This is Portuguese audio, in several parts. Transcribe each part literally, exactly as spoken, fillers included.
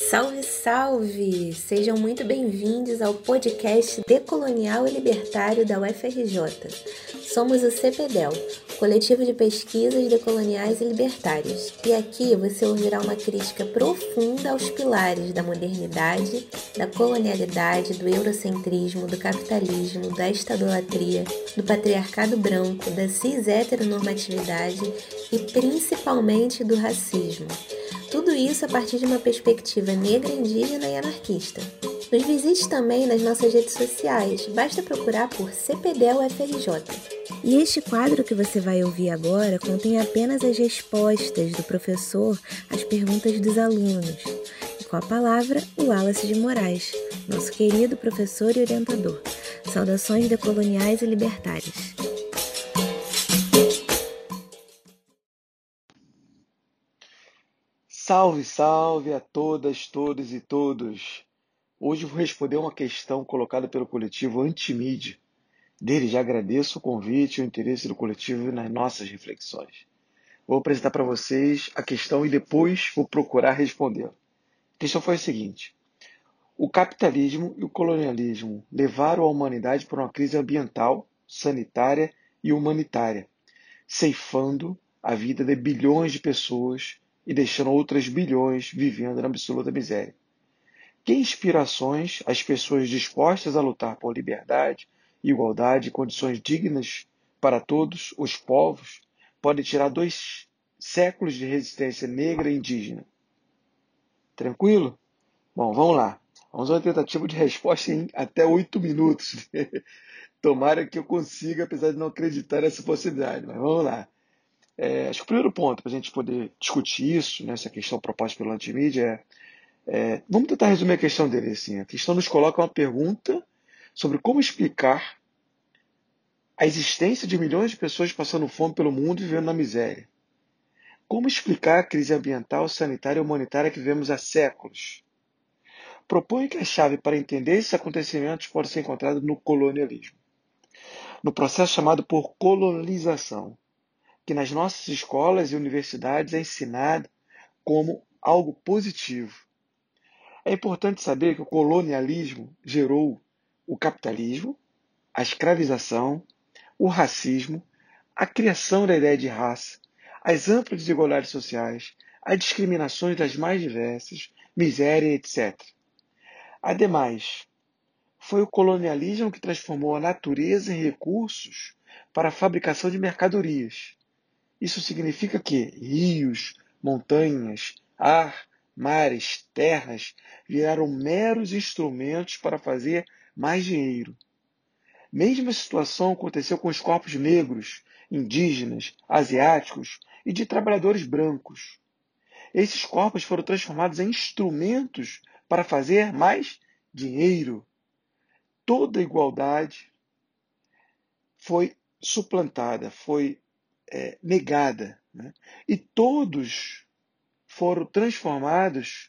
Salve, salve! Sejam muito bem-vindos ao podcast Decolonial e Libertário da U F R J. Somos o CPDEL, Coletivo de Pesquisas Decoloniais e Libertárias, e aqui você ouvirá uma crítica profunda aos pilares da modernidade, da colonialidade, do eurocentrismo, do capitalismo, da estadolatria, do patriarcado branco, da cis-heteronormatividade e principalmente do racismo. Tudo isso a partir de uma perspectiva negra, indígena e anarquista. Nos visite também nas nossas redes sociais, basta procurar por CPDEL U F R J. E este quadro que você vai ouvir agora contém apenas as respostas do professor às perguntas dos alunos. E com a palavra, o Wallace de Moraes, nosso querido professor e orientador. Saudações decoloniais e libertárias. Salve, salve a todas, todos e todos! Hoje vou responder uma questão colocada pelo coletivo Antimídia. Dele já agradeço o convite e o interesse do coletivo nas nossas reflexões. Vou apresentar para vocês a questão e depois vou procurar responder. A questão foi a seguinte: o capitalismo e o colonialismo levaram a humanidade para uma crise ambiental, sanitária e humanitária, ceifando a vida de bilhões de pessoas e deixando outras bilhões vivendo na absoluta miséria. Que inspirações as pessoas dispostas a lutar por liberdade, igualdade e condições dignas para todos os povos podem tirar dois séculos de resistência negra e indígena? Tranquilo? Bom, vamos lá. Vamos a uma tentativa de resposta em até oito minutos. Tomara que eu consiga, apesar de não acreditar nessa possibilidade, mas vamos lá. É, acho que o primeiro ponto para a gente poder discutir isso, nessa questão proposta pelo Antimídia, é, é vamos tentar resumir a questão dele assim. A questão nos coloca uma pergunta sobre como explicar a existência de milhões de pessoas passando fome pelo mundo e vivendo na miséria. Como explicar a crise ambiental, sanitária e humanitária que vivemos há séculos? Propõe que a chave para entender esses acontecimentos pode ser encontrada no colonialismo, no processo chamado por colonização, que nas nossas escolas e universidades é ensinado como algo positivo. É importante saber que o colonialismo gerou o capitalismo, a escravização, o racismo, a criação da ideia de raça, as amplas desigualdades sociais, as discriminações das mais diversas, miséria, etcétera. Ademais, foi o colonialismo que transformou a natureza em recursos para a fabricação de mercadorias. Isso significa que rios, montanhas, ar, mares, terras viraram meros instrumentos para fazer mais dinheiro. Mesma situação aconteceu com os corpos negros, indígenas, asiáticos e de trabalhadores brancos. Esses corpos foram transformados em instrumentos para fazer mais dinheiro. Toda igualdade foi suplantada, foi é, negada, né? E todos foram transformados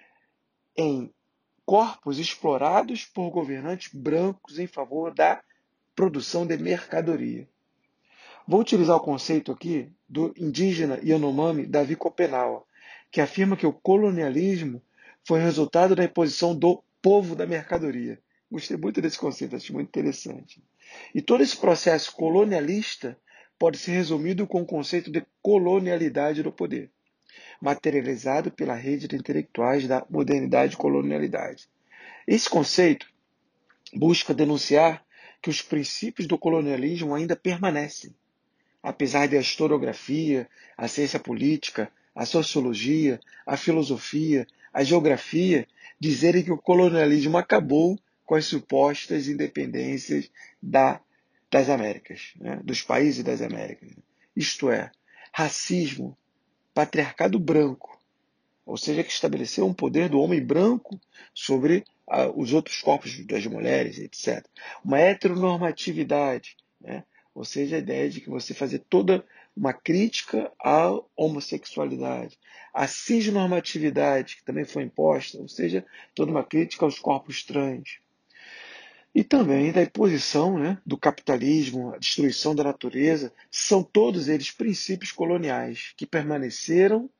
em corpos explorados por governantes brancos em favor da produção de mercadoria. Vou utilizar o conceito aqui do indígena Yanomami Davi Copenaua, que afirma que o colonialismo foi resultado da imposição do povo da mercadoria. Gostei muito desse conceito, acho muito interessante. E todo esse processo colonialista pode ser resumido com o conceito de colonialidade do poder, materializado pela rede de intelectuais da modernidade e colonialidade. Esse conceito busca denunciar que os princípios do colonialismo ainda permanecem, apesar de a historiografia, a ciência política, a sociologia, a filosofia, a geografia dizerem que o colonialismo acabou com as supostas independências da, das Américas, né? Dos países das Américas. Isto é, racismo, patriarcado branco, ou seja, que estabeleceu um poder do homem branco sobre ah, os outros corpos das mulheres, etcétera. Uma heteronormatividade, né? Ou seja, a ideia de que você fazer toda uma crítica à homossexualidade. A cisnormatividade, que também foi imposta, ou seja, toda uma crítica aos corpos trans. E também da imposição, né, do capitalismo, a destruição da natureza, são todos eles princípios coloniais que permaneceram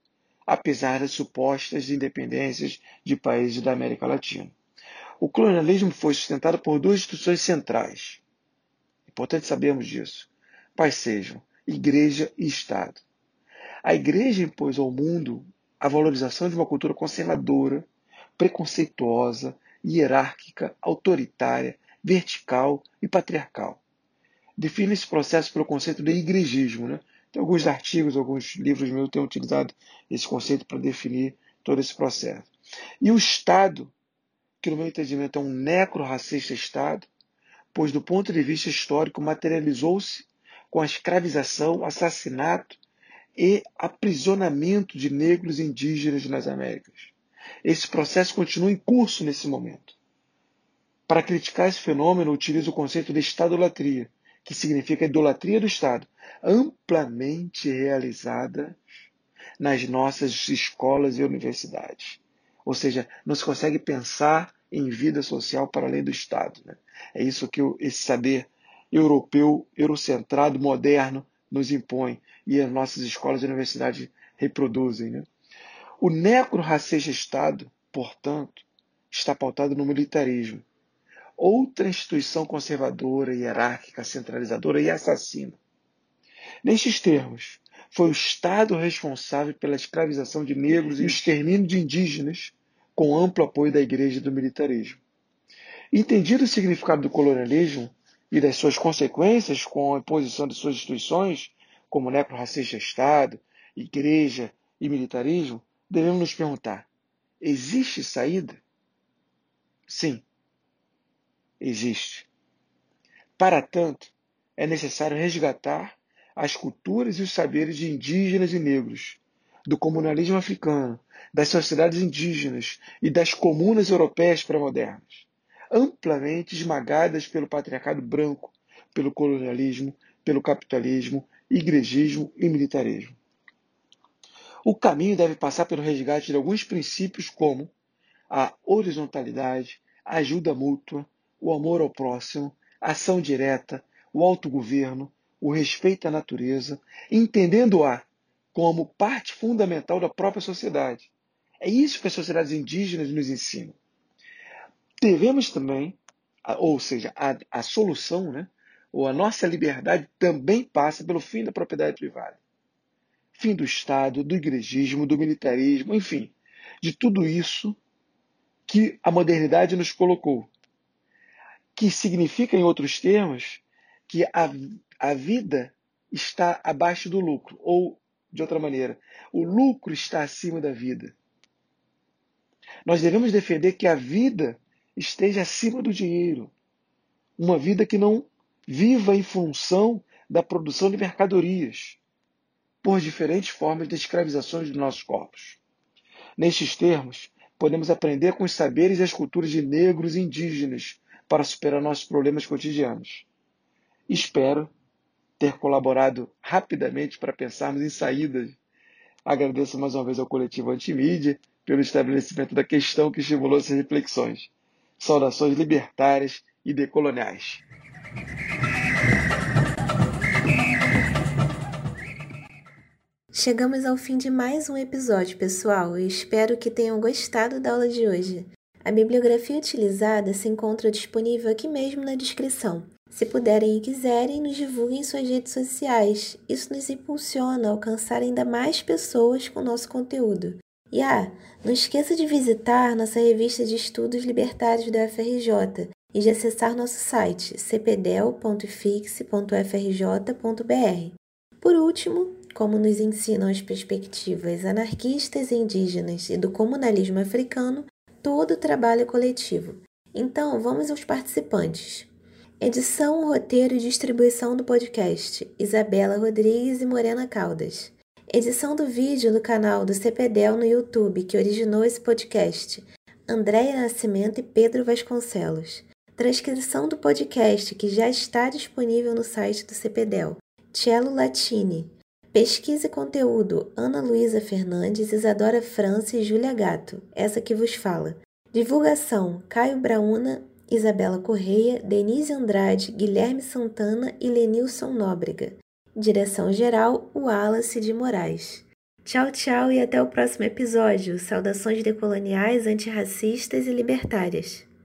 apesar das supostas independências de países da América Latina. O colonialismo foi sustentado por duas instituições centrais. Importante sabermos disso. Quais sejam Igreja e Estado. A Igreja impôs ao mundo a valorização de uma cultura conservadora, preconceituosa, hierárquica, autoritária, vertical e patriarcal. Define esse processo pelo conceito de igrejismo. Né? Tem alguns artigos, alguns livros meus têm utilizado esse conceito para definir todo esse processo. E o Estado, que no meu entendimento é um necro-racista Estado, pois do ponto de vista histórico materializou-se com a escravização, assassinato e aprisionamento de negros e indígenas nas Américas. Esse processo continua em curso nesse momento. Para criticar esse fenômeno, utilizo o conceito de estadolatria, que significa a idolatria do Estado, amplamente realizada nas nossas escolas e universidades. Ou seja, não se consegue pensar em vida social para além do Estado. Né? É isso que esse saber europeu, eurocentrado, moderno, nos impõe e as nossas escolas e universidades reproduzem. Né? O necro-racista Estado, portanto, está pautado no militarismo, outra instituição conservadora, hierárquica, centralizadora e assassina. Nestes termos, foi o Estado responsável pela escravização de negros e o extermínio de indígenas, com amplo apoio da Igreja e do militarismo. Entendido o significado do colonialismo e das suas consequências com a imposição de suas instituições, como necro-racista Estado, Igreja e militarismo, devemos nos perguntar: existe saída? Sim, existe. Para tanto, é necessário resgatar as culturas e os saberes de indígenas e negros, do comunalismo africano, das sociedades indígenas e das comunas europeias pré-modernas, amplamente esmagadas pelo patriarcado branco, pelo colonialismo, pelo capitalismo, igrejismo e militarismo. O caminho deve passar pelo resgate de alguns princípios como a horizontalidade, a ajuda mútua, o amor ao próximo, a ação direta, o autogoverno, o respeito à natureza, entendendo-a como parte fundamental da própria sociedade. É isso que as sociedades indígenas nos ensinam. Devemos também, ou seja, a, a solução, né, ou a nossa liberdade também passa pelo fim da propriedade privada. Fim do Estado, do igrejismo, do militarismo, enfim, de tudo isso que a modernidade nos colocou. Que significa, em outros termos, que a, a vida está abaixo do lucro. Ou, de outra maneira, o lucro está acima da vida. Nós devemos defender que a vida esteja acima do dinheiro. Uma vida que não viva em função da produção de mercadorias, por diferentes formas de escravizações dos nossos corpos. Nestes termos, podemos aprender com os saberes e as culturas de negros e indígenas para superar nossos problemas cotidianos. Espero ter colaborado rapidamente para pensarmos em saídas. Agradeço mais uma vez ao coletivo Antimídia pelo estabelecimento da questão que estimulou essas reflexões. Saudações libertárias e decoloniais. Chegamos ao fim de mais um episódio, pessoal, e espero que tenham gostado da aula de hoje. A bibliografia utilizada se encontra disponível aqui mesmo na descrição. Se puderem e quiserem, nos divulguem em suas redes sociais. Isso nos impulsiona a alcançar ainda mais pessoas com nosso conteúdo. E ah, não esqueça de visitar nossa revista de estudos libertários da U F R J e de acessar nosso site c p d e l ponto fix ponto f r j ponto b r. Por último, como nos ensinam as perspectivas anarquistas e indígenas e do comunalismo africano, todo trabalho é coletivo. Então, vamos aos participantes. Edição, roteiro e distribuição do podcast, Isabela Rodrigues e Morena Caldas. Edição do vídeo no canal do C P D E L no YouTube, que originou esse podcast, Andréia Nascimento e Pedro Vasconcelos. Transcrição do podcast, que já está disponível no site do C P D E L, Cello Latini. Pesquisa e conteúdo, Ana Luísa Fernandes, Isadora França e Júlia Gato, essa que vos fala. Divulgação, Caio Brauna, Isabela Correia, Denise Andrade, Guilherme Santana e Lenilson Nóbrega. Direção-geral, Wallace de Moraes. Tchau, tchau e até o próximo episódio. Saudações decoloniais, antirracistas e libertárias.